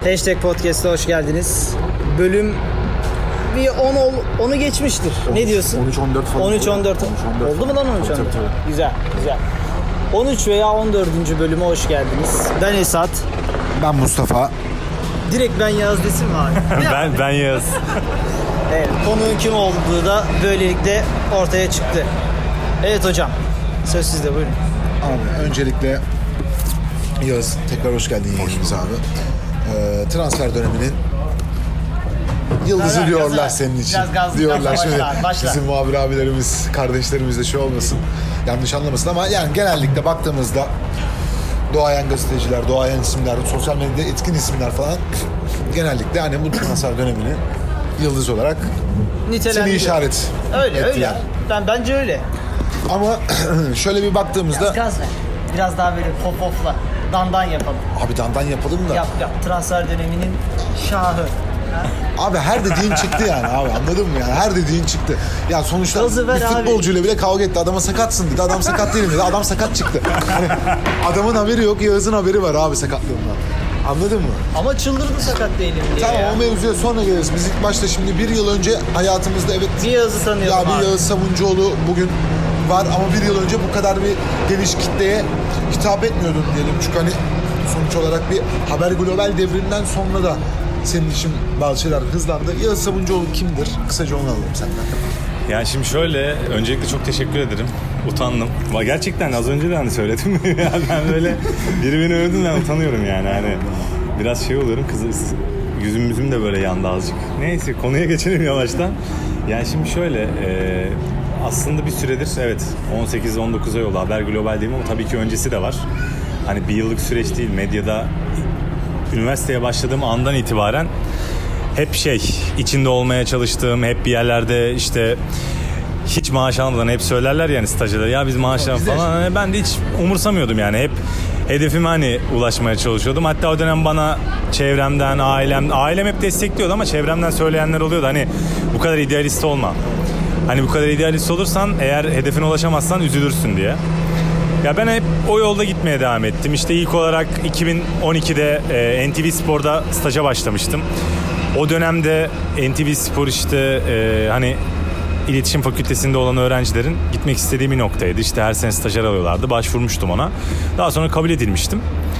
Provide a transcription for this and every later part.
Hashtag Podcast'a hoş geldiniz. Bölüm bir 10'u geçmiştir. 13, ne diyorsun? 13-14 falan. 13-14 oldu mu lan 13-14? Tabii. Güzel. 13 veya 14. bölüme hoş geldiniz. Ben Esat. Ben Mustafa. Direkt ben Yağız desin mi abi? ben Yağız. Evet, konuğun kim olduğu da böylelikle ortaya çıktı. Evet hocam, söz sizde, buyurun. Abi öncelikle Yağız, tekrar hoş geldin yayınımıza abi. Transfer döneminin yıldızı diyorlar senin için. Biraz gazlı diyorlar şimdi. Başla. Bizim muhabir abilerimiz, kardeşlerimiz de şey olmasın, yanlış anlamasın ama yani genellikle baktığımızda doğayan gazeteciler, doğayan isimler, sosyal medyada etkin isimler falan genellikle hani bu transfer dönemini yıldız olarak seni işaret öyle. Bence öyle. Ama şöyle bir baktığımızda Biraz gaz ver. Biraz daha böyle pop-pop'la. Dandan yapalım. abi dandan yapalım da. Yap. Transfer döneminin şahı. Abi her dediğin çıktı yani abi, anladın mı yani, her dediğin çıktı. Ya sonuçta bir futbolcuyla bile kavga etti, adama sakatsın dedi, adam sakat değilim dedi, adam sakat çıktı. Hani adamın haberi yok, Yağız'ın haberi var abi sakatlığından. Anladın mı? Ama çıldırdı sakat değilim diye. Tamam ya. o mevzuya sonra geliriz. Biz ilk başta şimdi bir yıl önce hayatımızda evet bir Yağız'ı tanıyordum ya bir Yağız Sabuncuoğlu bugün var ama bir yıl önce bu kadar bir geniş kitleye hitap etmiyordun diyelim. Çünkü hani sonuç olarak bir haber global devrinden sonra da senin için bazı şeyler hızlandı. Yağız Sabuncuoğlu kimdir? Kısaca onu alalım senden. Yani şimdi şöyle, öncelikle çok teşekkür ederim. Utandım. Gerçekten az önce de hani söyledim. Yani ben böyle biri beni övdü, ben utanıyorum yani. Hani biraz şey oluyorum, yüzüm de böyle yandı azıcık. Neyse, konuya geçelim yavaştan. Yani şimdi şöyle, aslında bir süredir evet 18-19 ay oldu haber global değil mi, ama tabii ki öncesi de var. Hani bir yıllık süreç değil, medyada üniversiteye başladığım andan itibaren hep içinde olmaya çalıştığım, hep bir yerlerde işte hiç maaş almadan, hep söylerler yani stajyerler ya biz maaş falan, ben de hiç umursamıyordum yani, hep hedefime hani ulaşmaya çalışıyordum. Hatta o dönem bana çevremden, ailem hep destekliyordu ama çevremden söyleyenler oluyordu hani bu kadar idealist olma. Hani bu kadar idealist olursan eğer hedefine ulaşamazsan üzülürsün diye. Ya ben hep o yolda gitmeye devam ettim. İşte ilk olarak 2012'de NTV Spor'da staja başlamıştım. O dönemde NTV Spor işte hani iletişim fakültesinde olan öğrencilerin gitmek istediği bir noktaydı. İşte her sene stajyer alıyorlardı. Başvurmuştum ona. Daha sonra kabul edilmiştim.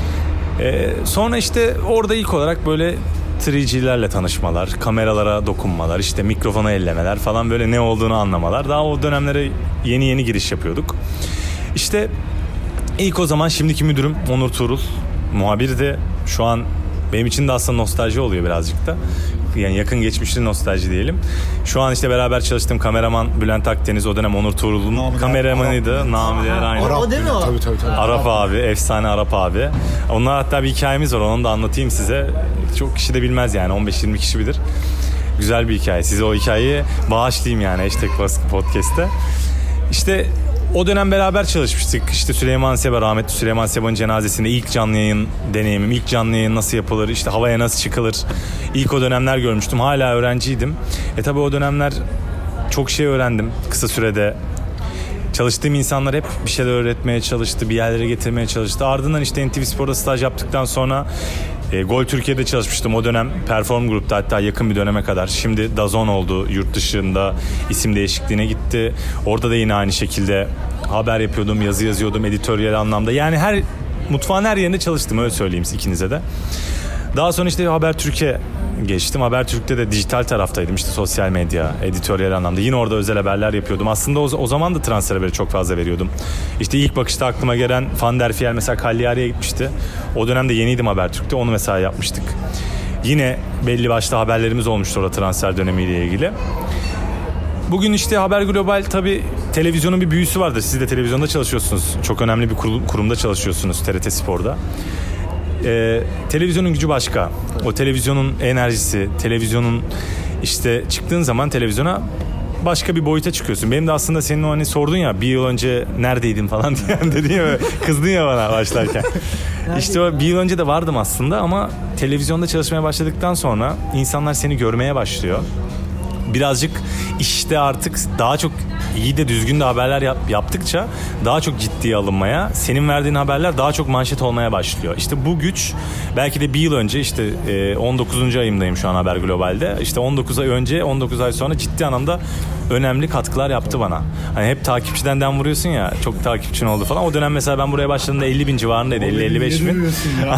Sonra işte orada ilk olarak böyle 3G'lerle tanışmalar, kameralara dokunmalar, işte mikrofona ellemeler falan, böyle ne olduğunu anlamalar. Daha o dönemlere yeni giriş yapıyorduk. İşte ilk o zaman şimdiki müdürüm Onur Tuğrul muhabirdi. Şu an benim için de aslında nostalji oluyor birazcık da. Yani yakın geçmişli nostalji diyelim. Şu an işte beraber çalıştığım kameraman Bülent Akdeniz, o dönem Onur Tuğrul'un kameramanıydı. Namı değer aynı. O değil mi o? Tabii. Arap abi, efsane Arap abi. Onunla hatta bir hikayemiz var, onu da anlatayım size. Çok kişi de bilmez yani, 15-20 kişi bilir. Güzel bir hikaye. Size o hikayeyi bağışlayayım yani Hashtag Podcast'te. İşte o dönem beraber çalışmıştık. İşte rahmetli Süleyman Seba'nın cenazesinde ilk canlı yayın deneyimim. İlk canlı yayın nasıl yapılır, işte havaya nasıl çıkılır. İlk o dönemler görmüştüm. Hala öğrenciydim. Tabii o dönemler çok şey öğrendim kısa sürede. Çalıştığım insanlar hep bir şeyler öğretmeye çalıştı, bir yerlere getirmeye çalıştı. Ardından işte NTV Spor'da staj yaptıktan sonra Gol Türkiye'de çalışmıştım. O dönem Perform Group'ta, hatta yakın bir döneme kadar. Şimdi DAZN oldu, yurt dışında isim değişikliğine gitti. Orada da yine aynı şekilde haber yapıyordum, yazı yazıyordum editoryal anlamda. Yani mutfağın her yerinde çalıştım, öyle söyleyeyim ikinize de. Daha sonra işte Habertürk'e geçtim. Habertürk'te de dijital taraftaydım, işte sosyal medya, editoryal anlamda. Yine orada özel haberler yapıyordum. Aslında o zaman da transfer haberi çok fazla veriyordum. İşte ilk bakışta aklıma gelen Van der Fiel mesela Cagliari'ye gitmişti. O dönemde yeniydim Habertürk'te, onu mesela yapmıştık. Yine belli başlı haberlerimiz olmuştu orada transfer dönemiyle ilgili. Bugün işte Haber Global, tabii televizyonun bir büyüsü vardır. Siz de televizyonda çalışıyorsunuz. Çok önemli bir kurumda çalışıyorsunuz, TRT Spor'da. Televizyonun gücü başka. O televizyonun enerjisi, televizyonun işte çıktığın zaman televizyona başka bir boyuta çıkıyorsun. Benim de aslında senin o hani sordun ya bir yıl önce neredeydin falan diye dedin ya, kızdın ya bana başlarken. İşte o bir yıl önce de vardım aslında ama televizyonda çalışmaya başladıktan sonra insanlar seni görmeye başlıyor. birazcık işte artık daha çok iyi de düzgün de haberler yaptıkça daha çok ciddiye alınmaya, senin verdiğin haberler daha çok manşet olmaya başlıyor. İşte bu güç belki de bir yıl önce, işte 19. ayımdayım şu an Haber Global'de. İşte 19 ay önce, 19 ay sonra ciddi anlamda önemli katkılar yaptı bana. Hani hep takipçiden dem vuruyorsun ya, çok takipçin oldu falan. O dönem mesela ben buraya başladığımda 50 bin civarındaydı, 50-55 bin.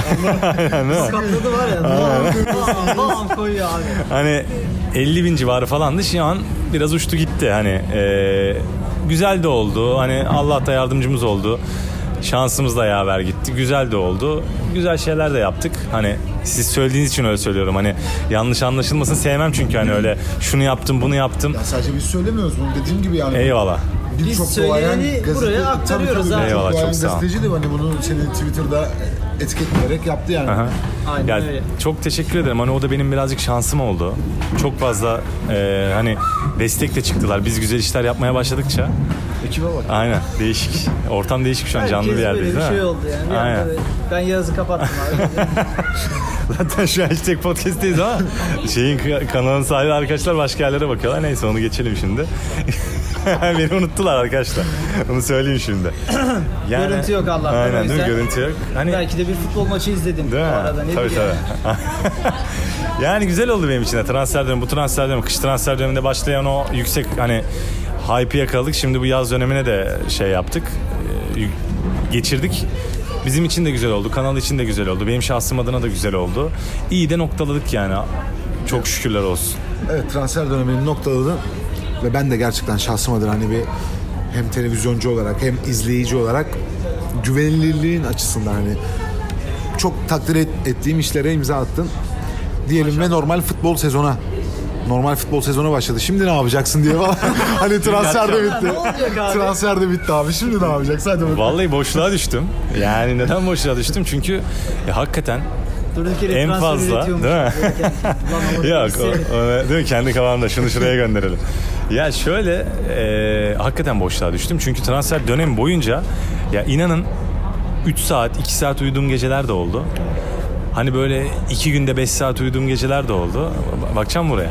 Katladı var ya. Bam koyuyor abi. Hani 50 bin civarı falandı, şu an biraz uçtu gitti. Hani güzel de oldu. Hani Allah da yardımcımız oldu. Şansımız da yaver gitti. Güzel de oldu. Güzel şeyler de yaptık. Hani siz söylediğiniz için öyle söylüyorum. Hani yanlış anlaşılmasın, sevmem çünkü hani öyle şunu yaptım bunu yaptım. Ya sadece biz söylemiyoruz bunu, dediğim gibi yani. Eyvallah. Biz söyleyeni buraya aktarıyoruz abi. Eyvallah, çok çok sağ ol. gazeteci de hani bunu senin Twitter'da etiketleyerek yaptı yani. Aha. Aynen Ya, öyle. çok teşekkür ederim. Hani o da benim birazcık şansım oldu. Çok fazla hani destekle çıktılar. Biz güzel işler yapmaya başladıkça. Ekibe bak. Aynen. Değişik. Ortam değişik şu an. Canlı bir yerdeyiz, böyle değil bir mi? şey oldu yani. Bir Aynen. anda ben Yağız'ı kapattım abi. Zaten şu an Hashtag Podcast'teyiz ama kanalın sahibi arkadaşlar başka yerlere bakıyorlar. Neyse, onu geçelim şimdi. Beni unuttular arkadaşlar. Onu söyleyeyim şimdi. Yani, Görüntü yok Allah'tan. Aynen, değil mi? Görüntü yok. Hani, belki de bir futbol maçı izledim değil bu mi? arada. Ne Tabii bileyim. Yani güzel oldu benim için de transfer dönemi. Bu transfer dönemi, kış transfer döneminde başlayan o yüksek hani hype'ı yakaladık. Şimdi bu yaz dönemine de şey yaptık. Geçirdik. Bizim için de güzel oldu. Kanal için de güzel oldu. Benim şahsım adına da güzel oldu. İyi de noktaladık yani. Çok şükürler olsun. Evet, transfer döneminin noktaladı ve ben de gerçekten şahsım adına hani bir hem televizyoncu olarak hem izleyici olarak güvenilirliğin açısından hani çok takdir ettiğim işlere imza attın diyelim ve normal futbol sezonu başladı. Şimdi ne yapacaksın diye falan. Hani transfer de bitti. Ne olacak abi? Transfer de bitti abi. Şimdi ne yapacaksın? Hadi bakalım. Vallahi boşluğa düştüm. Yani neden boşluğa düştüm? Çünkü hakikaten Durduk yere en transfer fazla, üretiyormuş. değil mi? Yok, değil mi? Kendi kafamda şunu şuraya gönderelim. Ya şöyle, hakikaten boşluğa düştüm. Çünkü transfer dönemi boyunca ya inanın 3 saat, 2 saat uyuduğum geceler de oldu. Hani böyle 2 günde 5 saat uyuduğum geceler de oldu. Bakacağım buraya.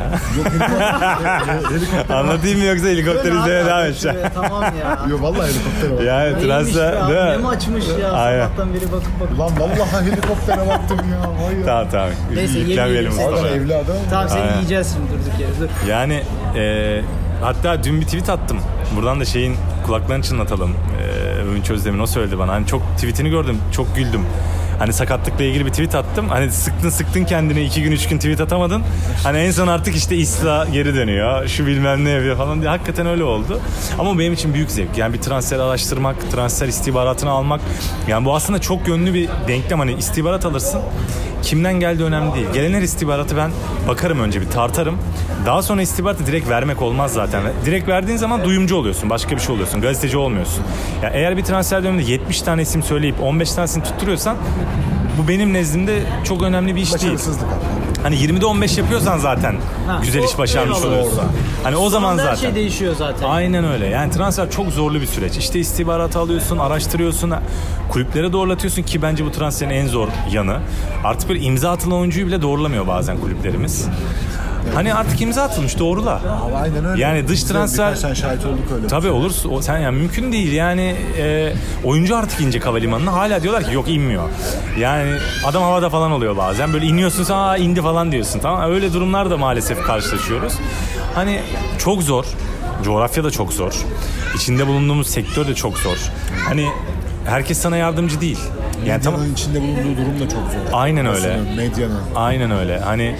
Anlatayım mı yoksa helikopter izlemeye devam edeceğim? Tamam ya. Yok vallahi helikoptere bak. Yani Neymiş transfer, be abi, değil mi? ne maçmış ya. Aynen. Sabahtan beri bakıp. Lan vallahi helikoptere baktım ya. Vay ya. Tamam. Neyse, Yüklenmeyelim yemeyelim. Adam Mustafa'ya. evli adam. Tamam seni Aynen. yiyeceğiz şimdi durduk yere. Dur. Yani hatta dün bir tweet attım. Buradan da şeyin kulaklarını çınlatalım. Övünç Özdemir'in o söyledi bana. Hani çok tweetini gördüm. Çok güldüm. Hani sakatlıkla ilgili bir tweet attım. Hani sıktın kendini, 2 gün 3 gün tweet atamadın. Hani en son artık işte İsla geri dönüyor. Şu bilmem ne yapıyor falan diye. Hakikaten öyle oldu. Ama benim için büyük zevk. Yani bir transfer araştırmak, transfer istihbaratını almak. Yani bu aslında çok yönlü bir denklem. Hani istihbarat alırsın. Kimden geldiği önemli değil. Gelen her istihbaratı ben bakarım, önce bir tartarım. Daha sonra istihbaratı direkt vermek olmaz zaten. Direkt verdiğin zaman duyumcu oluyorsun. Başka bir şey oluyorsun. Gazeteci olmuyorsun. Ya eğer bir transfer döneminde 70 tane isim söyleyip 15 tanesini tutturuyorsan bu benim nezdimde çok önemli bir iş değil. Başarısızlık abi. Hani 20'de 15 yapıyorsan zaten güzel iş başarmış eyvallah oluyorsun. orada. Hani o zaman Her zaten. şey değişiyor zaten. Aynen öyle. Yani transfer çok zorlu bir süreç. İşte istihbaratı alıyorsun, araştırıyorsun, kulüplere doğrulatıyorsun ki bence bu transferin en zor yanı. Artık böyle imza atılan oyuncuyu bile doğrulamıyor bazen kulüplerimiz. Hani artık imza atılmış, doğrula. Abi aynen öyle. Yani dış transfer... Sen şahit olduk öyle. Tabii olur. Sen yani mümkün değil. Yani oyuncu artık inecek havalimanına. Hala diyorlar ki yok, inmiyor. Yani adam havada falan oluyor bazen. Böyle iniyorsun sen, indi falan diyorsun. Tamam, öyle durumlar da maalesef karşılaşıyoruz. Hani çok zor. Coğrafya da çok zor. İçinde bulunduğumuz sektör de çok zor. Hani herkes sana yardımcı değil. Yani tamam. Medyanın içinde bulunduğu durum da çok zor. Aynen öyle. Basının, medyanın. Aynen öyle. Hani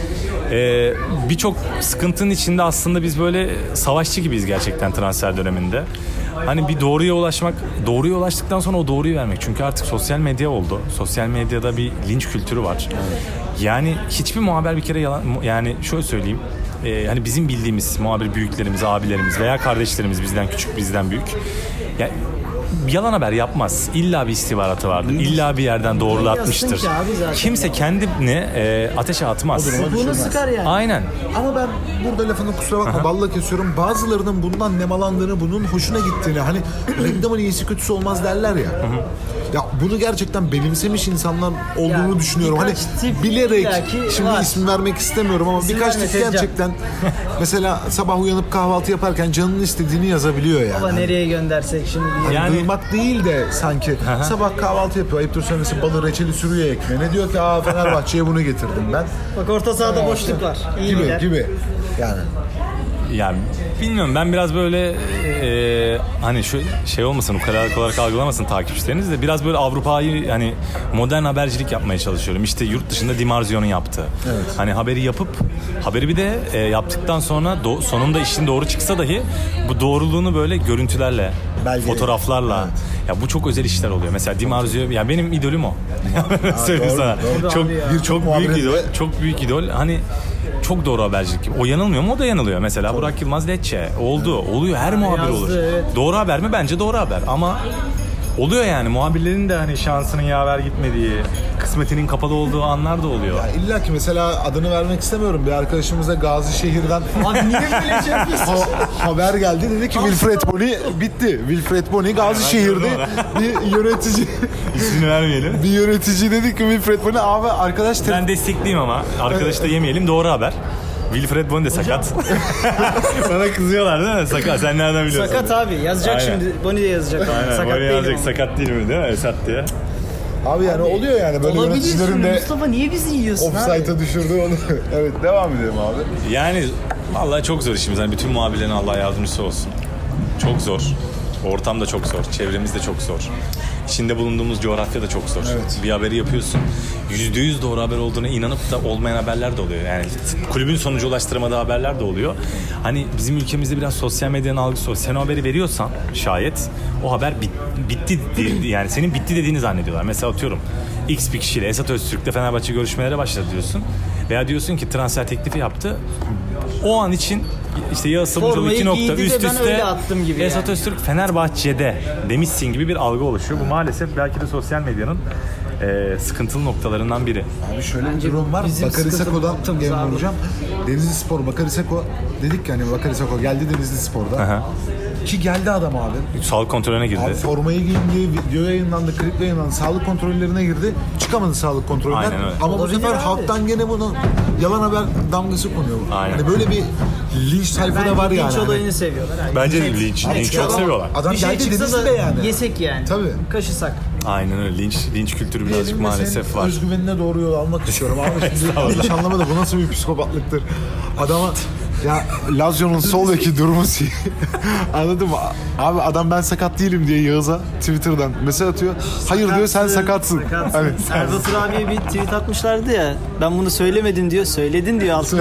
birçok sıkıntının içinde aslında biz böyle savaşçı gibiyiz gerçekten transfer döneminde. Hani bir doğruya ulaştıktan sonra o doğruyu vermek. Çünkü artık sosyal medya oldu. Sosyal medyada bir linç kültürü var. Yani hiçbir muhaber bir kere yalan, yani şöyle söyleyeyim. Hani bizim bildiğimiz muhabir büyüklerimiz, abilerimiz veya kardeşlerimiz, bizden küçük, bizden büyük. Yani yalan haber yapmaz. İlla bir istihbaratı vardır. İlla bir yerden doğrulatmıştır. Yazsın ki abi zaten Kimse yani. kendini ateşe atmaz. Bunu sıkar yani. Aynen. Ama ben burada lafını kusura bakma balla kesiyorum. Bazılarının bundan nemalandığını, bunun hoşuna gittiğini, hani reklamın iyisi kötüsü olmaz derler ya. Ya bunu gerçekten benimsemiş insanlar olduğunu Ya, düşünüyorum. Hani birkaç tip bilerek, illaki şimdi var. isim vermek istemiyorum ama İsim birkaç verme, tip Tezcan. gerçekten mesela sabah uyanıp kahvaltı yaparken canının istediğini yazabiliyor yani. Baba nereye göndersek şimdi diye. Yani- Duymak değil de sanki sabah kahvaltı yapıyor. Ayıptır söylemesi balı reçeli sürüyor ekmeğine. Diyor ki Fenerbahçe'ye bunu getirdim ben. Bak orta sahada boşluk var. İyi biler. Gibi. Yani. Yani bilmiyorum, ben biraz böyle hani şu şey olmasın, ukalalık olarak algılamasın takipçileriniz de, biraz böyle Avrupa'yı, hani modern habercilik yapmaya çalışıyorum. İşte yurt dışında Di Marzio'nun yaptığı. Evet. Hani haberi yapıp haberi bir de yaptıktan sonra sonunda işin doğru çıksa dahi bu doğruluğunu böyle görüntülerle, Belge. fotoğraflarla. Evet. Ya bu çok özel işler oluyor. Mesela Di Marzio, ya benim idolüm o. Söyleyeyim doğru, sana. doğru. Çok Abi ya. çok büyük muhabbet idol. ve- Çok büyük idol. Hani çok doğru habercilik. O yanılmıyor mu? O da yanılıyor. Mesela Burak Yılmaz Lecce. Oldu. Oluyor. Her muhabir yazdı, olur. evet. Doğru haber mi? Bence doğru haber. Ama oluyor yani. Muhabirlerin de hani şansının yaver gitmediği, kısmetinin kapalı olduğu anlar da oluyor. Ya illa ki mesela adını vermek istemiyorum. Bir arkadaşımıza Gazişehir'den Abi niye böyle şey yapıyorsun? haber geldi. Dedi ki Wilfred Bony bitti. Wilfred Bony Gazişehir'de bir yönetici İsmini vermeyelim. bir yönetici dedi ki Wilfred Bony abi arkadaş Ben destekliyim ama. Arkadaşı da yemeyelim. Doğru haber. Wilfred Bony de sakat. Bana kızıyorlar değil mi? Sakat. Sen nereden biliyorsun? Sakat abi. Yazacak Aynen. şimdi. Bonnie de yazacak. Aynen. Sakat Bony değil yazacak. ama. Sakat değil mi değil mi? Esat diye. abi yani oluyor yani böyle Olabilir yöneticilerin şimdi. de Mustafa niye bizi yiyorsun abi? offside'a düşürdü onu. Evet devam edelim abi. Yani vallahi çok zor işimiz. Yani bütün muhabirlerin Allah yardımcısı olsun. Çok zor. Ortam da çok zor. Çevremiz de çok zor. İçinde bulunduğumuz coğrafya da çok zor. Evet. Bir haberi yapıyorsun. %100 doğru haber olduğuna inanıp da olmayan haberler de oluyor. Yani kulübün sonucu ulaştırmadığı haberler de oluyor. Hani bizim ülkemizde biraz sosyal medyanın algısı o. Sen o haberi veriyorsan şayet o haber bitti yani senin bitti dediğini zannediyorlar. Mesela atıyorum X bir kişiyle Esat Öztürk'le Fenerbahçe görüşmelere başladı diyorsun. Veya diyorsun ki transfer teklifi yaptı. O an için işte Yağız Sabuncuoğlu Formayı 2 nokta giydi de üst ben üste öyle attım gibi Esat yani. Öztürk Fenerbahçe'de demişsin gibi bir algı oluşuyor. Bu maalesef belki de sosyal medyanın sıkıntılı noktalarından biri. Abi şöyle bir Bence durum var. bizim Bakary sıkıntı Sako'dan noktamız gel abi. vuracağım. Denizli Spor, Bakary Sako dedik yani Bakary Sako geldi Denizli Spor'da. Aha. Ki geldi adam abi. Sağlık kontrolüne girdi. Abi formayı giyindi, video yayınlandı, klip yayınlandı, sağlık kontrollerine girdi. Çıkamadı sağlık kontrolünden. Aynen öyle. Ama bu Olabilir sefer abi. halktan gene bunu yalan haber damgası konuyor. Aynen. Hani böyle bir linç sayfa da var Bence yani. linç Hani. olayını seviyorlar. Yani Bence net- linç net çok adam- seviyorlar. Adam Bir şey geldi çıksa Denizli'de da yani. yesek yani. Tabii. Kaşısak. Aynen öyle. Linç kültürü birazcık Diyelim ve maalesef senin var. özgüvenine doğru yol almak istiyorum. Abi şimdi yanlış anlama da bu nasıl bir psikopatlıktır. Adama ya Lazio'nun sol beki Durmuş. Anladın mı? Abi adam ben sakat değilim diye Yağız'a Twitter'dan mesaj atıyor. Hayır diyor sen sakatsın. Hani, Erdoğan abiye bir tweet atmışlardı ya. Ben bunu söylemedim diyor. Söyledin diyor altına.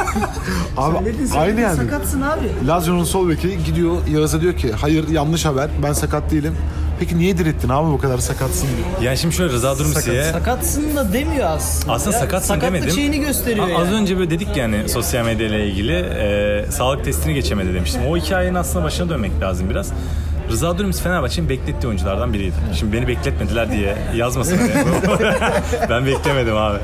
abi aynı yani. Sakatsın abi. Lazio'nun sol beki gidiyor Yağız'a diyor ki hayır yanlış haber ben sakat değilim. Peki niye direttin abi bu kadar sakatsın diyor. Yani şimdi şöyle Rıza Durmusi'ye Sakatsın da demiyor aslında. aslında Ya, sakatsın sakatlık demedim. şeyini gösteriyor Az yani. önce böyle dedik yani sosyal medya ile ilgili sağlık testini geçemedi demiştim. O hikayenin aslında başına dönmek lazım biraz. Rıza Durmuş Fenerbahçe'nin beklettiği oyunculardan biriydi. Şimdi beni bekletmediler diye yazmasın diye. Ben beklemedim abi.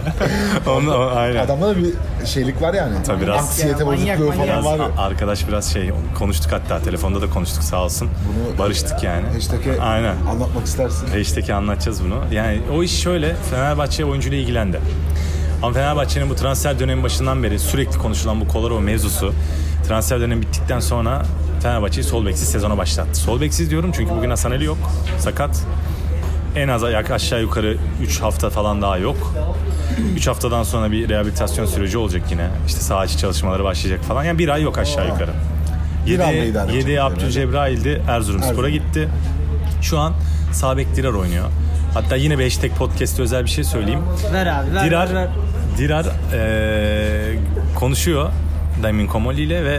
Aynen. Adamda da bir şeylik var yani. Tabii biraz. Anksiyete Manyak, bozukluğu manyak. falan var. Arkadaş biraz konuştuk, hatta telefonda da konuştuk sağ olsun. Bunu barıştık yani. Hashtag'e Aynen. anlatmak istersin. Hashtag'e anlatacağız bunu. Yani o iş şöyle, Fenerbahçe oyuncuyla ilgilendi. Ama Fenerbahçe'nin bu transfer dönemi başından beri sürekli konuşulan bu Kolarov mevzusu transfer dönemi bittikten sonra Fenerbahçe'yi sol beksiz sezona başlattı. Sol beksiz diyorum çünkü bugün Hasan Ali yok. Sakat. En az aşağı yukarı 3 hafta falan daha yok. 3 haftadan sonra bir rehabilitasyon süreci olacak yine. İşte saha içi çalışmaları başlayacak falan. Yani bir ay yok aşağı yukarı. Bir anda idare edecek. 7 Abdülcebrail'di. Erzurumspor'a gitti. Şu an sağ bek Dirar oynuyor. Hatta yine bir hashtag podcast'te özel bir şey söyleyeyim. Ver abi ver. Dirar konuşuyor Damin Komoli ile ve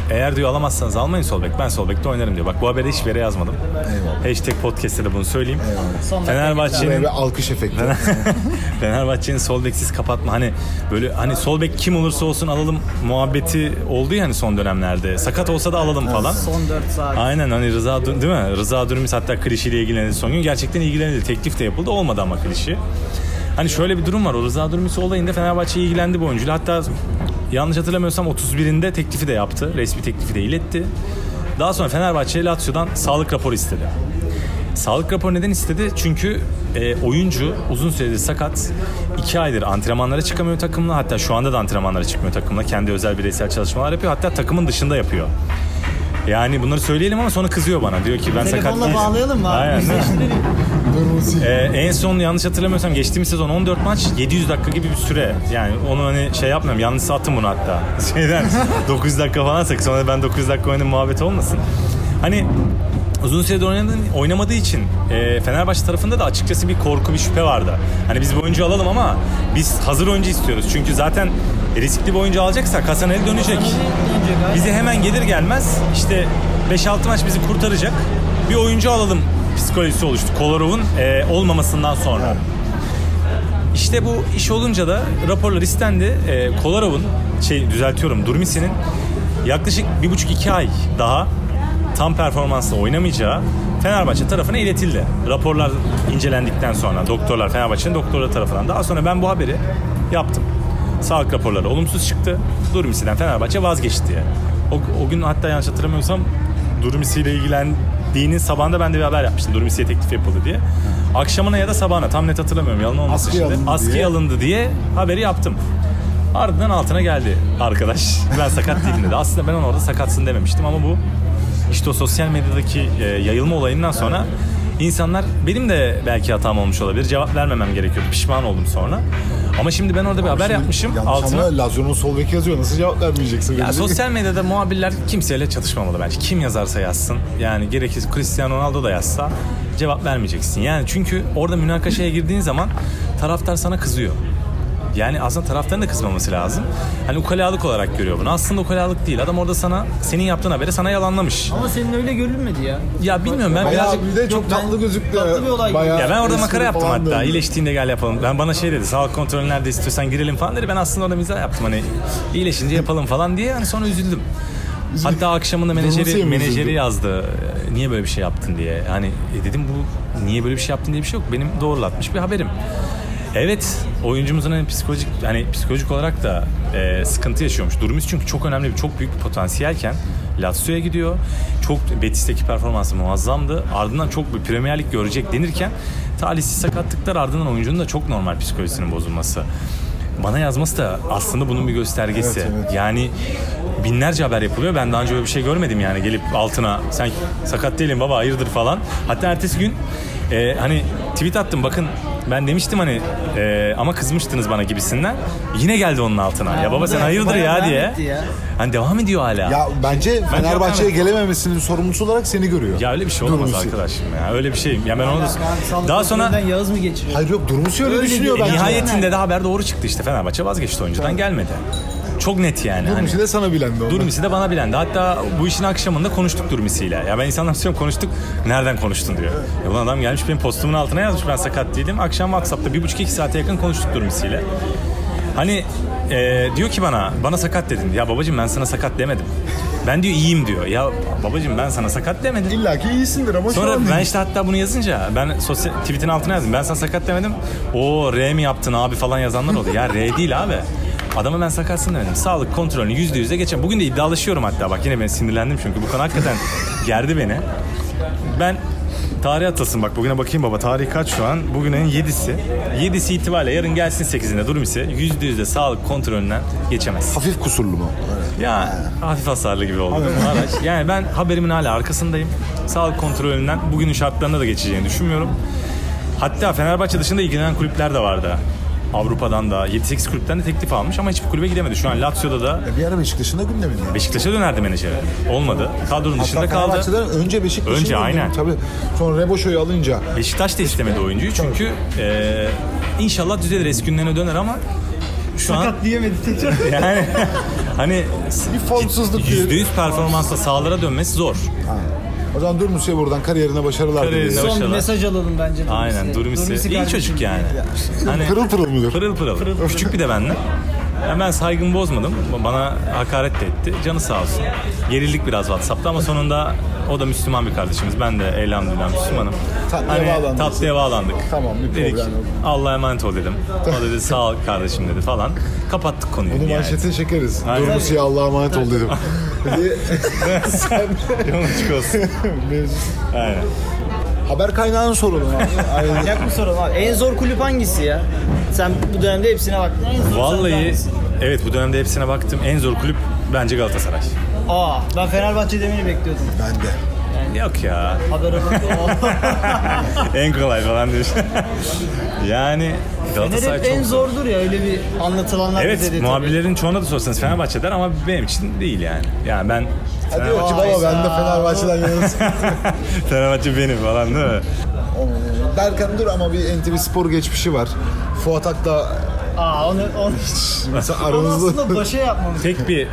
eğer diyor alamazsanız almayın sol bek. Ben sol bekte oynarım diyor. Bak bu haberi hiçbir yere yazmadım. Eyvallah. Hashtag podcast'te de bunu söyleyeyim. Eyvallah. Fenerbahçe'nin Buraya bir alkış efekti. Fenerbahçe'nin sol beksiz kapatma, hani böyle hani sol bek kim olursa olsun alalım muhabbeti oldu ya hani son dönemlerde. Sakat olsa da alalım falan. Son 4 saat. Aynen, hani Rıza değil mi? Rıza Dürümüz hatta Klişi ile ilgilenildi son gün. Gerçekten ilgilenildi. Teklif de yapıldı. Olmadı ama Klişi. Hani şöyle bir durum var. O Rıza Dürümüz olayında Fenerbahçe ilgilendi bu oyuncuyla. Hatta yanlış hatırlamıyorsam 31'inde teklifi de yaptı. Resmi teklifi de iletti. Daha sonra Fenerbahçe Lazio'dan sağlık raporu istedi. Sağlık raporu neden istedi? Çünkü oyuncu uzun süredir sakat. 2 aydır antrenmanlara çıkamıyor takımla. Hatta şu anda da antrenmanlara çıkmıyor takımla. Kendi özel bireysel çalışmalar yapıyor. Hatta takımın dışında yapıyor. Yani bunları söyleyelim ama sonra kızıyor bana. Diyor ki ben sakat Telefonla değilim. bağlayalım mı abi? Aynen. Durmuş. En son yanlış hatırlamıyorsam geçtiğimiz sezon 14 maç 700 dakika gibi bir süre. Yani onu hani şey yapmıyorum, yanlış attım bunu hatta. 900 dakika falan sak sonra ben 900 dakika oynadım muhabbeti olmasın. Hani uzun süredir oynamadığı için Fenerbahçe tarafında da açıkçası bir korku, bir şüphe vardı. Hani biz bu oyuncu alalım ama biz hazır oyuncu istiyoruz. Çünkü zaten riskli bir oyuncu alacaksak Hasan Ali dönecek. Bize hemen gelir gelmez işte 5-6 maç bizi kurtaracak bir oyuncu alalım psikolojisi oluştu. Kolarov'un olmamasından sonra. İşte bu iş olunca da raporlar istendi. Kolarov'un Durmisi'nin yaklaşık 1,5-2 ay daha tam performansla oynamayacağı Fenerbahçe tarafına iletildi. Raporlar incelendikten sonra doktorlar, Fenerbahçe'nin doktorları tarafından. Daha sonra ben bu haberi yaptım. Sağlık raporları olumsuz çıktı. Durmisi'den Fenerbahçe vazgeçti diye. O gün hatta yanlış hatırlamıyorsam Durmisi ile ilgilendiğinin sabahında ben de bir haber yapmıştım. Durmisi'ye teklif yapıldı diye. Akşamına ya da sabahına tam net hatırlamıyorum. Yalan olmasın şimdi. Askıya alındı diye haberi yaptım. Ardından altına geldi arkadaş. Ben sakat değilim dedi. Aslında ben ona orada sakatsın dememiştim ama bu işte o sosyal medyadaki yayılma olayından sonra insanlar, benim de belki hatam olmuş olabilir. Cevap vermemem gerekiyordu. Pişman oldum sonra. Ama şimdi ben orada bir haber yapmışım. Altına Lazio'nun sol beki yazıyor. Nasıl cevap vermeyeceksin? Ya sosyal medyada muhabirler kimseyle çatışmamalı bence. Kim yazarsa yazsın. Yani gerekirse Cristiano Ronaldo da yazsa cevap vermeyeceksin. Yani çünkü orada münakaşaya girdiğin zaman taraftar sana kızıyor. Yani aslında taraftarın da kızmaması lazım. Hani ukalalık olarak görüyor bunu. Aslında ukalalık değil. Adam orada sana, senin yaptığın haberi sana yalanlamış. Ama senin öyle görünmedi ya. Ya bilmiyorum, ben Bayağı birazcık... bir de çok tatlı gözüktü. Tatlı bir olay. Ya ben orada espri makara yaptım falan hatta. döndü. İyileştiğinde gel yapalım. Ben bana şey dedi. Sağlık kontrolü nerede istiyorsan girelim falan dedi. Ben aslında orada mizah yaptım. Hani iyileşince yapalım falan diye. Hani sonra üzüldüm. Hatta akşamında menajeri yazdı. Niye böyle bir şey yaptın diye. Hani dedim bu niye böyle bir şey yaptın diye bir şey yok. Benim doğrulatmış bir haberim. Evet, oyuncumuzun psikolojik olarak da sıkıntı yaşıyormuş. Durumumuz çünkü çok önemli, çok büyük bir potansiyelken Lazio'ya gidiyor. Çok Betis'teki performansı muazzamdı. Ardından çok bir Premier Lig görecek denirken talihsiz sakatlıklar ardından oyuncunun da çok normal psikolojisinin bozulması. Bana yazması da aslında bunun bir göstergesi. Evet. Yani binlerce haber yapılıyor. Ben daha önce böyle bir şey görmedim yani. Gelip altına sen sakat değilim baba hayırdır falan. Hatta ertesi gün hani tweet attım, bakın ben demiştim hani ama kızmıştınız bana gibisinden. Yine geldi onun altına. Ya baba sen hayırdır ya diye. Hani devam ediyor hala. Ya bence Fenerbahçe'ye gelememesinin sorumlusu olarak seni görüyor. Ya öyle bir şey olamaz Durmuş. arkadaşım ya. Öyle bir şey. Ya ben onu da... Daha sonra Yağız mı geçiriyor? Hayır yok, Durmuş öyle düşünüyor bence. nihayetinde de haber doğru çıktı işte. Fenerbahçe vazgeçti oyuncudan, gelmedi. Çok net yani. Durmuş'u da sana bilendi. Durmuş'u da bana bilendi. Hatta bu işin akşamında konuştuk Durmuş'uyla. Ya ben insanlar söylüyorum, konuştuk. Nereden konuştun diyor. Ya ulan adam gelmiş benim postumun altına yazmış, ben sakat değilim. Akşam WhatsApp'ta 1,5-2 saate yakın konuştuk Durmuş'uyla. Hani diyor ki bana sakat dedin. Ya babacığım ben sana sakat demedim. Ben diyor iyiyim diyor. Ya babacığım ben sana sakat demedim. İlla ki iyisindir ama sonra şu an ben işte hatta bunu yazınca ben tweet'in altına yazdım. Ben sana sakat demedim. O R mi yaptın abi falan yazanlar oldu. Ya R değil abi. Adama ben sakatsın demedim. Sağlık kontrolünü %100'e geçen. Bugün de iddialaşıyorum hatta. Bak yine ben sinirlendim çünkü bu konu hakikaten gerdi beni. Ben tarih atasın bak, bugüne bakayım baba. Tarih kaç şu an? Bugün ayın 7'si. 7'si itibariyle yarın gelsin 8'inde Durmisi %100'de sağlık kontrolünden geçemez. hafif kusurlu mu? Ya hafif hasarlı gibi oldu araç. Yani ben haberimin hala arkasındayım. Sağlık kontrolünden bugünün şartlarında da geçeceğini düşünmüyorum. Hatta Fenerbahçe dışında ilgilenen kulüpler de vardı. Avrupa'dan da 7-8 kulüpten de teklif almış ama hiçbir kulübe gidemedi. Şu an Lazio'da da Bir ara Beşiktaş'ın da gündeminde. Beşiktaş'a dönerdi menajeri. Olmadı. Kadronun dışında kaldı. Fenerbahçe'den önce Beşiktaş'ın Önce, aynen. Tabii. Sonra Reboşo'yu alınca. Beşiktaş da istemedi oyuncuyu çünkü inşallah düzelir, eski günlerine döner ama şu an Sakat diyemedi tekrar. yani Hani Bir formsuzluk değil. %100 performansla sahalara dönmesi zor. O zaman Durmus'a buradan kariyerine başarılar Kariyerine diliyoruz. Son bir Başarılar. mesaj alalım bence. Aynen Durmus'e. İyi kardeşim. çocuk yani. Hani Pırıl pırıl mıdır? pırıl pırıl. Küçük bir de benden. Yani ben saygımı bozmadım. Bana hakaret de etti. Canı sağ olsun. Gerildik biraz WhatsApp'ta ama sonunda o da Müslüman bir kardeşimiz. Ben de elhamdülillah Müslümanım. Tatlıya bağlandık. Tamam, bir Dedik, problem yok. Allah'a emanet ol dedim. O dedi sağ ol kardeşim dedi falan. Kapattık konuyu. Bunu yani. manşete çekeriz. Aynen. Durmus'a Allah'a emanet ol dedim. Sen Yolun açık olsun. Aynen. haber kaynağını soralım abi. Aynen. Kaynak mı soralım abi? En zor kulüp hangisi ya? Sen bu dönemde hepsine baktın. En zor sence Vallahi hangisi? evet bu dönemde hepsine baktım. En zor kulüp bence Galatasaray. Ben Fenerbahçe demeni bekliyordum. Ben de. Yok ya. Haber alıp En kolay falan diyor. Yani Fener Galatasaray hep çok en zor. zordur ya, öyle bir anlatılanlar bize Evet de muhabirlerin çoğuna da sorsanız Fenerbahçe der ama benim için değil yani. Yani ben Ha diyor ki baba ben de Fenerbahçe'den yanasın. Fenerbahçe benim falan değil mi? Derken dur ama bir NTV Spor geçmişi var. Fuat Ak'ta Onu mesela onu aranızda... aslında başa yapmamız. Tek bir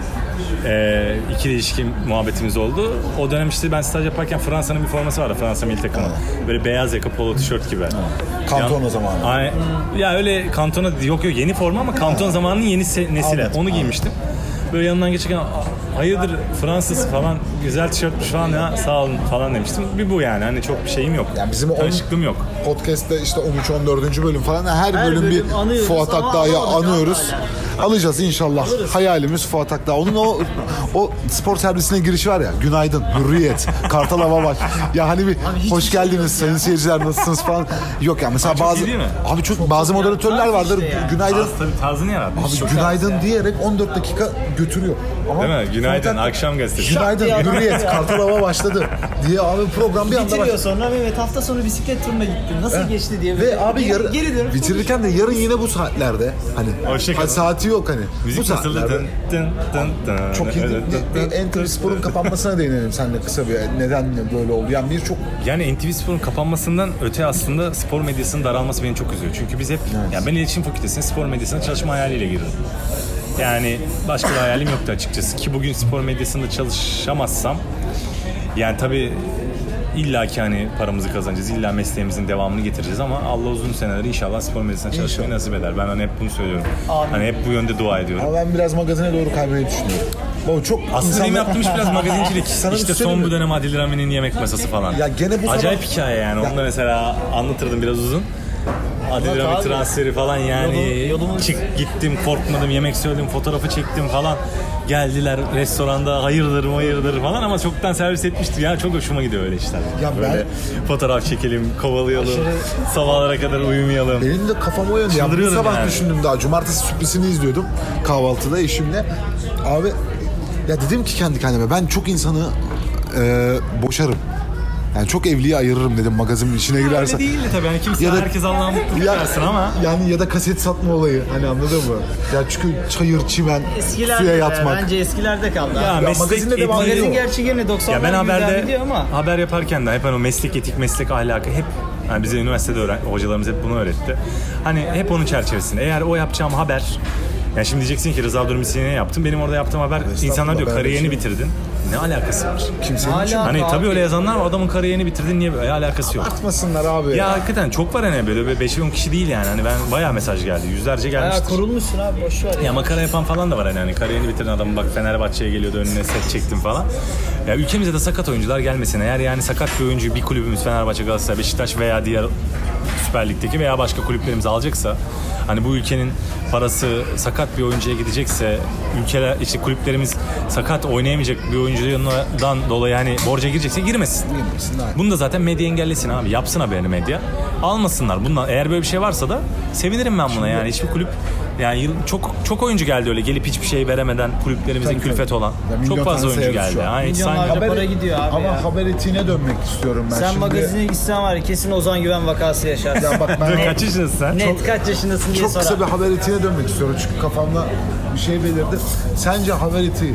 ikili ilişki muhabbetimiz oldu. O dönem işte ben staj yaparken Fransa'nın bir forması vardı. Fransa milli takımı. Böyle beyaz yaka polo tişört gibi. Kanton o zaman. Ya öyle Kanton'a yok yeni forma ama Kanton zamanının yeni nesili. Anladım, Onu giymiştim. Böyle yanından geçerken hayırdır Fransız falan güzel tişörtmüş falan ya sağ olun falan demiştim. Bir bu yani hani çok bir şeyim yok. Yani bizim tanışıklığım yok. Podcast'te işte 13-14. bölüm falan her bölüm bir bölüm anıyoruz Fuat ama Akdağ'ı alamadık anıyoruz. Alacağız inşallah. Hayalimiz Fuat Akdağ. Onun o spor servisine girişi var ya. Günaydın, hürriyet, Kartal Hava Baş. Ya hani bir hoş hiçbir şey geldiniz sayın seyirciler nasılsınız falan. Yok ya mesela çok bazı iyi değil mi? abi çok bazı moderatörler vardır. işte yani. Günaydın. Tabii tarzını yaratmış. Abi günaydın diyerek 14 dakika götürüyor. Ama Değil mi? Günaydın, Fuat Akdağ- akşam gazetesi. Günaydın, Şak diye hürriyet, Kartal Hava başladı diye abi program bir anda Bitiriyor başladı. sonra Mehmet hafta sonu bisiklet turuna gittim. Nasıl geçti diye. Ve abi geri dönüp bitirirken de yarın yine bu saatlerde hani Hoşçakalın. saati yok hani. Bu Müzik nasıldı? saatlerde. Dın. Çok iyi. Evet. NTV Spor'un kapanmasına değinelim seninle kısa bir neden böyle oldu. Yani birçok Yani NTV Spor'un kapanmasından öte aslında spor medyasının daralması beni çok üzüyor. Çünkü biz hep, yani ben iletişim fakültesine spor medyasına çalışma hayaliyle girdim. Yani başka bir hayalim yoktu açıkçası. Ki bugün spor medyasında çalışamazsam, yani tabii illa ki hani paramızı kazanacağız, illa mesleğimizin devamını getireceğiz ama Allah uzun seneler inşallah spor medyasına çalışmayı nasip eder. Ben hani hep bunu söylüyorum. Amin. Hani hep bu yönde dua ediyorum. ama ben biraz magazine doğru kaymayı düşünüyorum. Baba çok Aslında benim yaptığım iş biraz magazincilik. Sana bir İşte şey son mi? bu dönem Adil Rami'nin yemek masası falan. Ya gene bu acayip sabah- hikaye yani. Onu da mesela anlatırdım biraz uzun. Adil Rami abi. transferi falan yani. Yolumu- Gittim, korkmadım, yemek söyledim, fotoğrafı çektim falan. Geldiler restoranda hayırdır falan ama çoktan servis etmiştim. Ya çok hoşuma gidiyor öyle işler. Ya böyle fotoğraf çekelim, kovalayalım, sabahlara kadar uyumayalım. Benim de kafam o yönde. Ya bu Çıldırıyorum sabah yani. düşündüm daha. Cumartesi sürprizini izliyordum kahvaltıda eşimle. Abi ya dedim ki kendi kendime ben çok insanı boşarım. Yani çok evliye ayırırım dedim magazinin içine girerse. Öyle değildi tabii. Yani kimse Ya da- herkes Allah'a mutluluk versin ama. Yani ya da kaset satma olayı hani anladın mı? Ya çünkü çayır, çimen, Eskilerde suya de, yatmak. bence eskilerde kaldı. Ya abi. meslek magazinde devam etiği- ediyor. Magazin gerçi gene 90'lar Ya ben gibi devam haberde ediyor ama haber yaparken de hep hani o meslek etik, meslek ahlakı hep yani bize üniversitede hocalarımız hep bunu öğretti. Hani hep onun çerçevesinde. Eğer o yapacağım haber, yani şimdi diyeceksin ki Rıza Durmisi'ne yaptım. Benim orada yaptığım haber insanlar diyor ben de kariyerini şey- bitirdin. Ne alakası var? Kimsenin Hala- için Hani abi. tabii öyle yazanlar var. Adamın kariyerini bitirdin niye böyle? Alakası yok. atmasınlar abi. Ya hakikaten çok var hani böyle 5-10 kişi değil yani. Hani ben bayağı mesaj geldi. Yüzlerce bayağı gelmiştir. kurulmuşsun abi, boş ver. Ya makara yapan falan da var hani kariyerini bitiren adamın bak Fenerbahçe'ye geliyordu önüne set çektim falan. Ya ülkemize de sakat oyuncular gelmesin. Eğer yani sakat bir oyuncu bir kulübümüz Fenerbahçe, Galatasaray, Beşiktaş veya diğer Süper Lig'deki veya başka kulüplerimiz alacaksa hani bu ülkenin parası sakat bir oyuncuya gidecekse ülkeler işte kulüplerimiz sakat oynayamayacak bir oyuncudan dolayı hani borca girecekse girmesin. Bunu da zaten medya engellesin abi. Yapsın haberini medya. Almasınlar. Bundan eğer böyle bir şey varsa da sevinirim ben buna yani. Hiçbir kulüp yani çok oyuncu geldi öyle gelip hiçbir şey veremeden kulüplerimize Tabii, külfet tabii. olan. Ya milyon Çok fazla tane oyuncu sayarız geldi. şu an. Ha, hiç Milyonlarca sanmıyorum. para gidiyor abi ama ya. haber etiğine dönmek istiyorum ben Sen şimdi. magazine gitsen var ya kesin Ozan Güven vakası yaşarsın. Ya bak ben Kaç yaşındasın sen? Net kaç yaşındasın diye çok sorar. kısa bir haber etiğine dönmek istiyorum çünkü kafamda bir şey belirdi. Sence haber etiği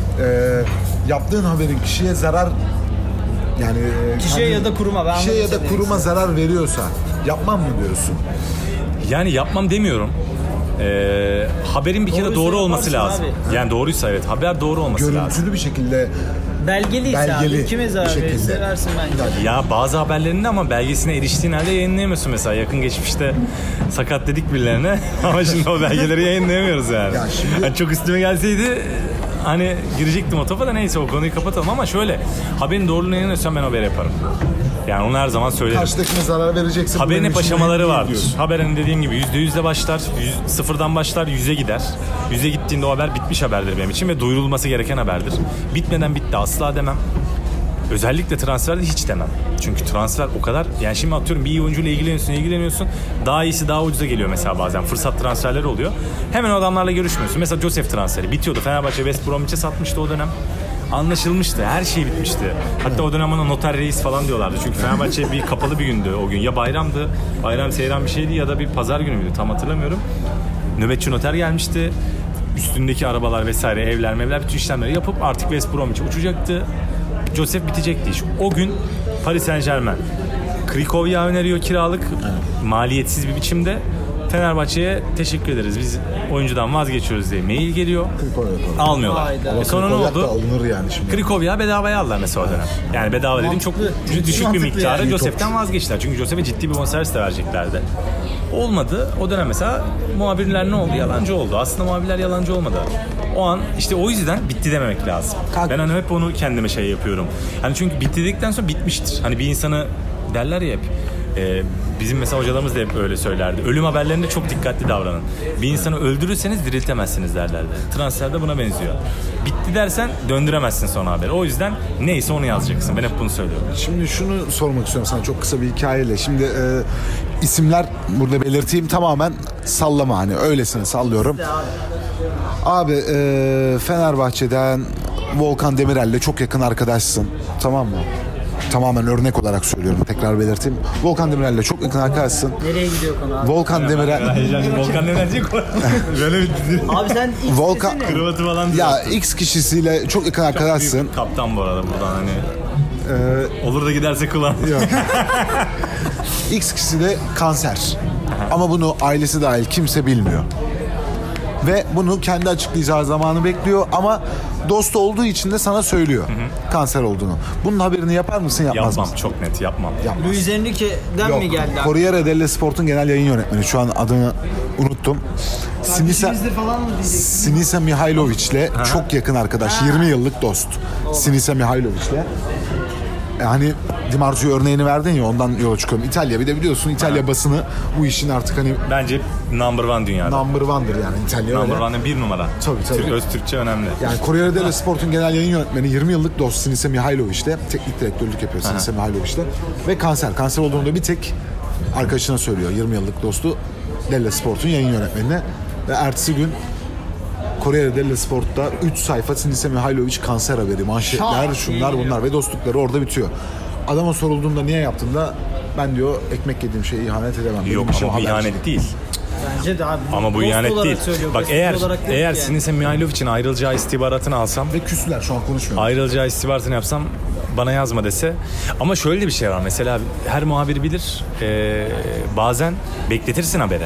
yaptığın haberin kişiye zarar yani Kişiye ya da kuruma, ben kişiye ya anladım da seni. kuruma zarar veriyorsa yapmam mı diyorsun? Yani yapmam demiyorum. Haberin bir kere Doğruysa doğru olması yaparsın lazım. abi. Yani doğruysa evet, haber doğru olması lazım. Görüntülü bir şekilde Belgeliyse Belgeli abi ikimiz bir abi şekilde. seversin bence. Ya bazı haberlerinde ama belgesine eriştiğin halde yayınlayamıyorsun mesela. Yakın geçmişte sakat dedik birilerine ama şimdi o belgeleri yayınlayamıyoruz yani. Ya şimdi- Yani çok üstüme gelseydi hani girecektim o topa da, neyse o konuyu kapatalım ama şöyle, haberin doğruluğuna inanıyorsam ben haber yaparım. Yani onu her zaman söylerim. karşıdakine zarar verecekse... bu Haberin benim hep için aşamaları mühim değil vardır. diyorsun. Haberin dediğim gibi %100'de başlar, sıfırdan başlar, 100'e gider. 100'e gittiğinde o haber bitmiş haberdir benim için ve duyurulması gereken haberdir. Bitmeden bitti asla demem. Özellikle transferde hiç demem. Çünkü transfer o kadar, yani şimdi atıyorum bir iyi oyuncuyla ilgileniyorsun. Daha iyisi daha ucuza geliyor mesela bazen. Fırsat transferleri oluyor. Hemen o adamlarla görüşmüyorsun. Mesela Joseph transferi bitiyordu. Fenerbahçe West Bromwich'e satmıştı o dönem. Anlaşılmıştı. Her şey bitmişti. Hatta o dönem ona noter reis falan diyorlardı. Çünkü Fenerbahçe bir kapalı bir gündü o gün. Ya bayramdı, bayram seyran bir şeydi ya da bir pazar günü müydü tam hatırlamıyorum. Nöbetçi noter gelmişti. Üstündeki arabalar vesaire, evler bütün işlemleri yapıp artık West Bromwich'e uçacaktı. Joseph bitecekti iş. O gün Paris Saint-Germain Krikovya öneriyor kiralık, maliyetsiz bir biçimde. Fenerbahçe'ye teşekkür ederiz, biz oyuncudan vazgeçiyoruz diye mail geliyor. Almıyorlar. Hayda. Sonra ne Krikovyat da oldu? alınır yani şimdi. Krikovya bedavaya aldılar mesela o dönem. Yani bedava dediğim çok Mantıklı. düşük bir Mantıklı miktarı yani. Joseph'ten vazgeçtiler. Çünkü Joseph'e ciddi bir bonservis de vereceklerdi. Olmadı. O dönem mesela muhabirler ne oldu? Yalancı oldu. Aslında muhabirler yalancı olmadı. O an işte o yüzden bitti dememek lazım. Ben hani hep onu kendime şey yapıyorum. Hani çünkü bitti dedikten sonra bitmiştir. Hani bir insanı derler ya hep. Bizim mesela hocalarımız da hep öyle söylerdi. Ölüm haberlerinde çok dikkatli davranın. Bir insanı öldürürseniz diriltemezsiniz derlerdi. Transferde buna benziyor. Bitti dersen döndüremezsin son haberi. O yüzden neyse onu yazacaksın. Ben hep bunu söylüyorum. Şimdi şunu sormak istiyorum sana çok kısa bir hikayeyle. Şimdi isimler burada belirteyim, tamamen sallama, hani öylesine sallıyorum. Abi Fenerbahçe'den Volkan Demirel'le çok yakın arkadaşsın, tamam mı? Tamamen örnek olarak söylüyorum, tekrar belirteyim. Volkan Demirel'le çok yakın arkadaşsın. Nereye gidiyor konu abi? Volkan Demirel... Volkan ne diyecek? Böyle bir Abi sen ilk Volkan- ne? kravatı falan Ya X kişisiyle çok yakın arkadaşsın. büyük kaptan bu arada buradan hani. Olur da giderse kullan. X kişisi de kanser. Ama bunu ailesi dahil kimse bilmiyor. Ve bunu kendi açıklayacağı zamanı bekliyor ama dost olduğu için de sana söylüyor kanser olduğunu. Bunun haberini yapar mısın, yapmaz Yapmam, mısın? çok net yapmam. Yapmaz. Luis Enrique'den mi geldi abi? Corriere dello Sport'un genel yayın yönetmeni. Şu an adını unuttum. Sinisa, Kardeşimizdir falan mı diyeceksin? Sinisa Mihailovic'le çok yakın arkadaş. 20 yıllık dost. Sinisa Mihailovic'le. Hani Di Marzio örneğini verdin ya, ondan yola çıkıyorum. İtalya, bir de biliyorsun İtalya basını bu işin artık hani Bence number one dünyada. number one'dır yani İtalya Number öyle. one'ın bir numara. Tabii. Öz Türkçe önemli. Yani Corriere dello Sport'un genel yayın yönetmeni 20 yıllık dost Sinisa Mihailovic'le teknik direktörlük yapıyor Sinisa Mihailovic'le ve kanser olduğunu da bir tek arkadaşına söylüyor, 20 yıllık dostu dello Sport'un yayın yönetmenine. Ve ertesi gün Corriere dello Sport'ta 3 sayfa Sinisa Mihailovic kanser haberi, manşetler, şunlar bunlar ve dostlukları orada bitiyor. Adama sorulduğunda niye yaptın da ben diyor ekmek yediğim şeye ihanet edemem. Benim Yok işim ama bu habercilik. ihanet değil. Bence de abi. Ama bu Dost ihanet olarak değil. söylüyor, Bak gazeteci olarak değil eğer yani. Sinisa Mihailovic'in ayrılacağı istihbaratını alsam, Ve küsüler, şu an konuşmuyorum. ayrılacağı istihbaratını yapsam bana yazma dese. Ama şöyle de bir şey var mesela, her muhabir bilir, bazen bekletirsin habere.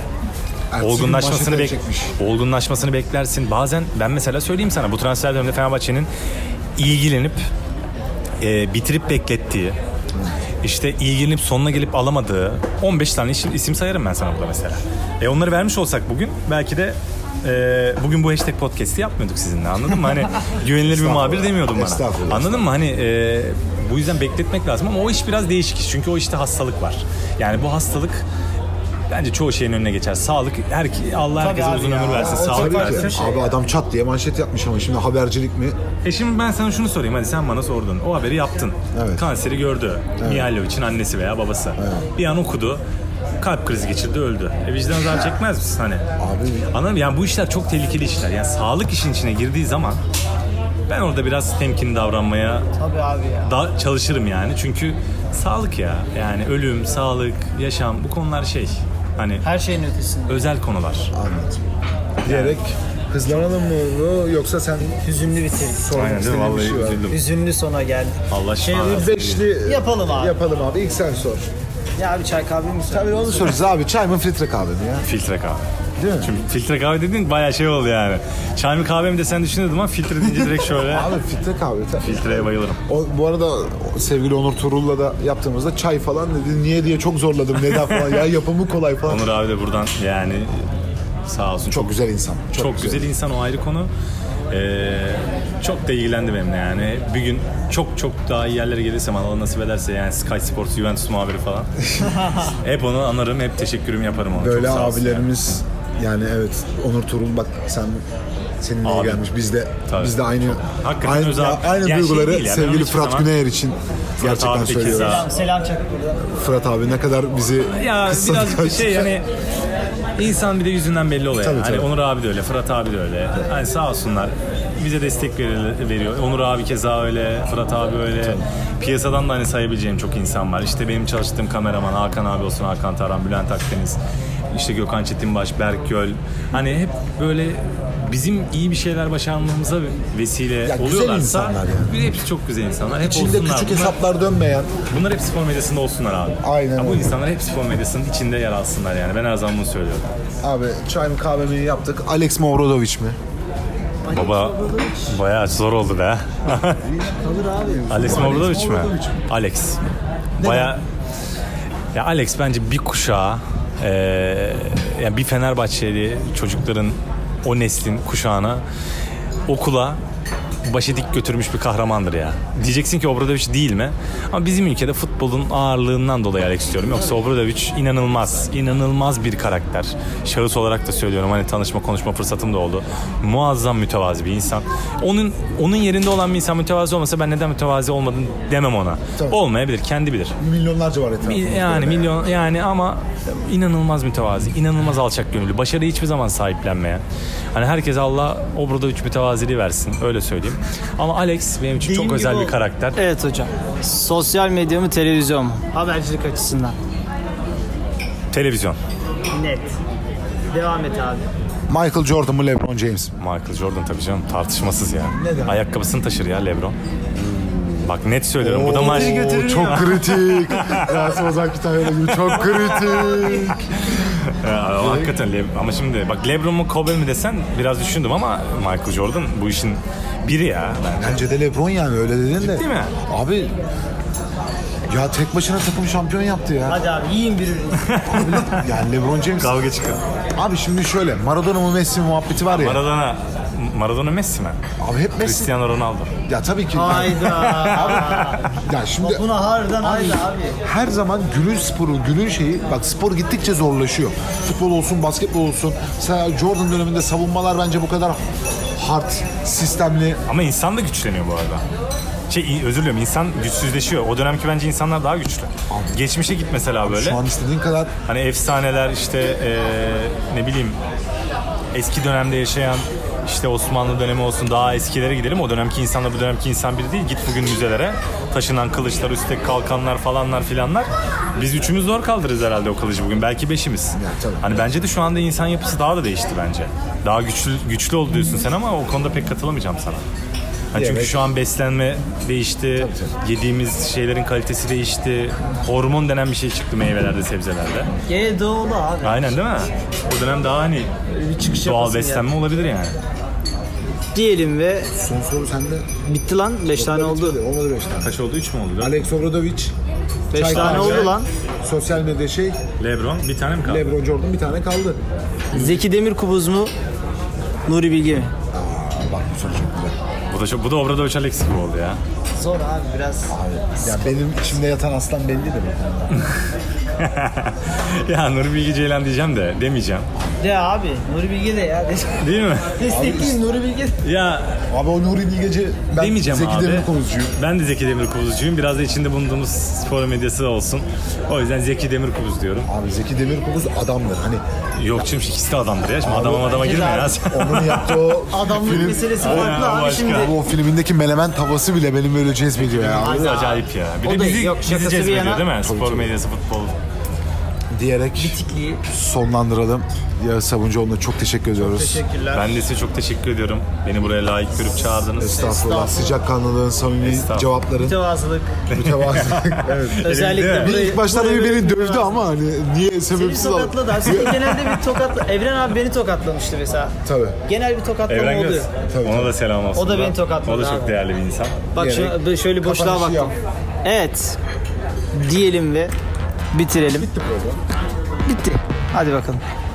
Olgunlaşmasını beklersin. Bazen ben mesela söyleyeyim sana, bu transfer döneminde Fenerbahçe'nin ilgilenip bitirip beklettiği, işte ilgilenip sonuna gelip alamadığı 15 tane isim sayarım ben sana burada mesela. Onları vermiş olsak bugün belki de bugün bu hashtag podcast'i yapmıyorduk sizinle, anladın mı? Hani güvenilir bir muhabir demiyordum bana. Estağfurullah. Anladın mı? Hani bu yüzden bekletmek lazım ama o iş biraz değişik iş. Çünkü o işte hastalık var. Yani bu hastalık bence çoğu şeyin önüne geçer. Sağlık, Allah herkese abi uzun ya. ömür versin. O çok Sağlık farklı versin. bir şey. Abi adam çat diye manşet yapmış ama şimdi habercilik mi? Şimdi ben sana şunu sorayım, hadi sen bana sordun. O haberi yaptın. Evet. Kanseri gördü. Mihailovic'in annesi veya babası. Bir an okudu. Kalp krizi geçirdi, öldü. Vicdan azabı çekmez misin hani? Abi. Anladın mı? Yani bu işler çok tehlikeli işler. Yani sağlık işin içine girdiği zaman ben orada biraz temkinli davranmaya Tabii abi ya. çalışırım yani. Çünkü sağlık ya. Yani ölüm, sağlık, yaşam, bu konular hani Her şeyin ötesinde. özel konular. Anladım. Diyerek hızlanalım mı yoksa sen Hüzünlü bitirdik. sormak Aynen değil mi? istediğin bir Vallahi şey var. üzüldüm. Hüzünlü sona geldik. Allah şifa Bir versin. beşli Yapalım abi. Yapalım abi. İlk sen sor. Ya bir çay kahve mi Tabii onu soracağız abi. Çay mı filtre kahve mi ya? Filtre kahve. Değil mi? Çünkü filtre kahve dediğin bayağı şey oldu yani. Çay mı kahve mi desen düşünüyordum ama filtre deyince direkt şöyle. Abi filtre kahve. Filtreye bayılırım. Bu arada sevgili Onur Turul'la da yaptığımızda çay falan dedi. Niye diye çok zorladım. Neden falan. Ya yapımı kolay falan. Onur abi de buradan yani sağ olsun. Çok güzel insan. Çok güzel insan, o ayrı konu. Çok da ilgilendi benimle yani. Bir gün çok daha iyi yerlere gelirsem, Allah nasip ederse yani Sky Sports Juventus muhabiri falan. Hep onu anarım, hep teşekkürümü yaparım ona. Böyle çok sağ olsun abilerimiz yani evet, Onur Turul bak seninle Abi. gelmiş. Biz de aynı Hakikaten özel. aynı Yani duyguları şey değil yani, sevgili hiçbir Fırat zaman- Güneyer için gerçekten abi de söylüyoruz. keza. Selam çak burada. Fırat abi ne kadar bizi Ya kıssadı birazcık kaçtı. şey yani insan bir de yüzünden belli oluyor. Tabii, Yani. tabii. Hani Onur abi de öyle, Fırat abi de öyle. Hani sağ olsunlar. Bize destek veriyor. Onur abi keza öyle, Fırat abi öyle. Piyasadan da hani sayabileceğim çok insan var. İşte benim çalıştığım kameraman Hakan abi olsun, Hakan Taran, Bülent Akdeniz, işte Gökhan Çetinbaş, Berk Göl. Hani hep böyle bizim iyi bir şeyler başarmamıza vesile Ya güzel oluyorlarsa insanlar yani. bir hepsi çok güzel insanlar. Hep İçinde olsunlar. küçük Bunlar- hesaplar dönmeyen. Bunlar hep spor medyasında olsunlar abi. Aynen Ya bu öyle. insanlar hep spor medyasının içinde yer alsınlar yani. Ben her zaman bunu söylüyorum. Abi çay mı kahve mi yaptık. Alex mi Obradovic mi? Baba bayağı zor oldu be. Kalır abi. Alex Obradovic mi? Alex. Bayağı ya Alex bence bir kuşağı yani bir Fenerbahçeli çocukların o neslin kuşağına okula başı dik götürmüş bir kahramandır ya. Diyeceksin ki Obradovic değil mi? Ama bizim ülkede futbolun ağırlığından dolayı Alex diyorum. Yoksa Obradovic inanılmaz bir karakter. Şahıs olarak da söylüyorum. Hani tanışma, konuşma fırsatım da oldu. Muazzam mütevazi bir insan. Onun yerinde olan bir insan mütevazi olmasa ben neden mütevazi olmadım demem ona. Tabii. Olmayabilir, kendi bilir. Milyonlarca var etrafında. Yani milyon yani ama inanılmaz mütevazi, inanılmaz alçak gönüllü. Başarıyı hiçbir zaman sahiplenmeyen. Hani herkese Allah Obradovic mütevaziliği versin. Öyle söyleyeyim. Ama Alex benim için çok özel bir karakter. Evet hocam. Sosyal medya mı, televizyon mu? Habercilik açısından. Televizyon. Net. Devam et abi. Michael Jordan mı LeBron James mi? Michael Jordan tabii canım. Tartışmasız ya. Neden? Ayakkabısını taşır ya LeBron. Bak net söylüyorum. Bu da maç. Çok kritik. Yasin Ozan Kütahyalı gibi çok kritik. Hakikaten ama şimdi bak LeBron mu Kobe mi desen biraz düşündüm ama Michael Jordan bu işin biri ya bence. Bence de LeBron yani öyle dedin de. Ciddi mi? Abi ya tek başına takım şampiyon yaptı ya. Hadi abi yiyin birbirinizi. Yani LeBron James. Kavga çıkar. Abi şimdi şöyle Maradona mı Messi mi muhabbeti var ya. Maradona Messi mi? Abi hep Messi. Cristiano Ronaldo. Ya tabii ki. Hayda. Ya şimdi Buna harbiden hayda abi. her zaman günün sporu, günün şeyi, bak spor gittikçe zorlaşıyor. Futbol olsun, basketbol olsun. Mesela Jordan döneminde savunmalar bence bu kadar hard, sistemli. Ama insan da güçleniyor bu arada. Özür diliyorum, insan güçsüzleşiyor. O dönemki bence insanlar daha güçlü. Geçmişe git mesela böyle. Şu an istediğin kadar Hani efsaneler işte ne bileyim eski dönemde yaşayan işte Osmanlı dönemi olsun daha eskilere gidelim. O dönemki insanla bu dönemki insan biri değil. Git bugün müzelere. Taşınan kılıçlar, üstteki kalkanlar falanlar filanlar. Biz üçümüz zor kaldırırız herhalde o kılıcı bugün. Belki beşimiz. tabii. Hani bence de şu anda insan yapısı daha da değişti bence. Daha güçlü oldu diyorsun sen ama o konuda pek katılamayacağım sana. Hani çünkü Evet. şu an beslenme değişti, yediğimiz şeylerin kalitesi değişti, hormon denen bir şey çıktı meyvelerde, sebzelerde. Doğulu abi. Aynen değil mi? O dönem daha hani Bir çıkış doğal yapasın beslenme olabilir yani. Diyelim ve son soru sende. bitti lan. 5 tane oldu. Olmadı 5 tane. Kaç oldu? 3 mü oldu? Alex Obradovic, 5 Çay tane kahve. oldu lan. sosyal medya şey, LeBron bir tane mi kaldı? LeBron Jordan bir tane kaldı. Zeki Demirkubuz mu? Nuri Bilge mi? Bak bu soru çok güzel. Bu da Obradovic Alex gibi oldu ya. Zor abi biraz. Ya benim içimde yatan aslan belli de bu. Ya Nuri Bilge Ceylan diyeceğim de demeyeceğim. De abi. Nuri Bilge de ya. Değil mi? Destekleyin Nuri Bilge. Ya Abi o Nuri Bilgeci, ben demeyeceğim Zeki abi. Demirkubuzcuyum. Ben de Zeki Demirkubuzcuyum. Biraz da içinde bulunduğumuz spor medyası da olsun. O yüzden Zeki Demirkubuz diyorum. Abi Zeki Demirkubuz adamdır. Hani Yok çünkü ikisi de adamdır ya. Şimdi adama girme ya. onun yaptığı o Adamlık meselesi farklı Aynen, abi başka. şimdi. o filmindeki Menemen tavası bile benim böyle cezbediyor ya. Bu acayip ya. Bir O de da bizi yok, şakası bir cezbediyor yana. değil mi? Spor medyası, futbol. diyerek bitikliği. sonlandıralım. Yağız Sabuncuoğlu'na çok teşekkür ediyoruz. Teşekkürler. Ben de size çok teşekkür ediyorum. Beni buraya layık görüp çağırdınız. Estağfurullah. Sıcakkanlılığın, samimi Estağfurullah. cevapların. Mütevazılık. Mütevazılık. Evet. Özellikle Bir burayı... İlk başta da burayı beni dövdü mütevazılık. ama hani niye Seni sebepsiz oldu. tokatladı abi. Seni genelde bir tokatla... Evren abi beni tokatlamıştı mesela. Tabii. Genel bir tokatlama Evren oluyor. Göz. Tabii, Ona tabii. da selam olsun. O da beni tokatladı O da çok abi. değerli bir insan. Bak Diyerek şöyle boşluğa kapanışı baktım. yap. Evet. Diyelim ve bitirelim. Bitti program. Bitti. Hadi bakalım.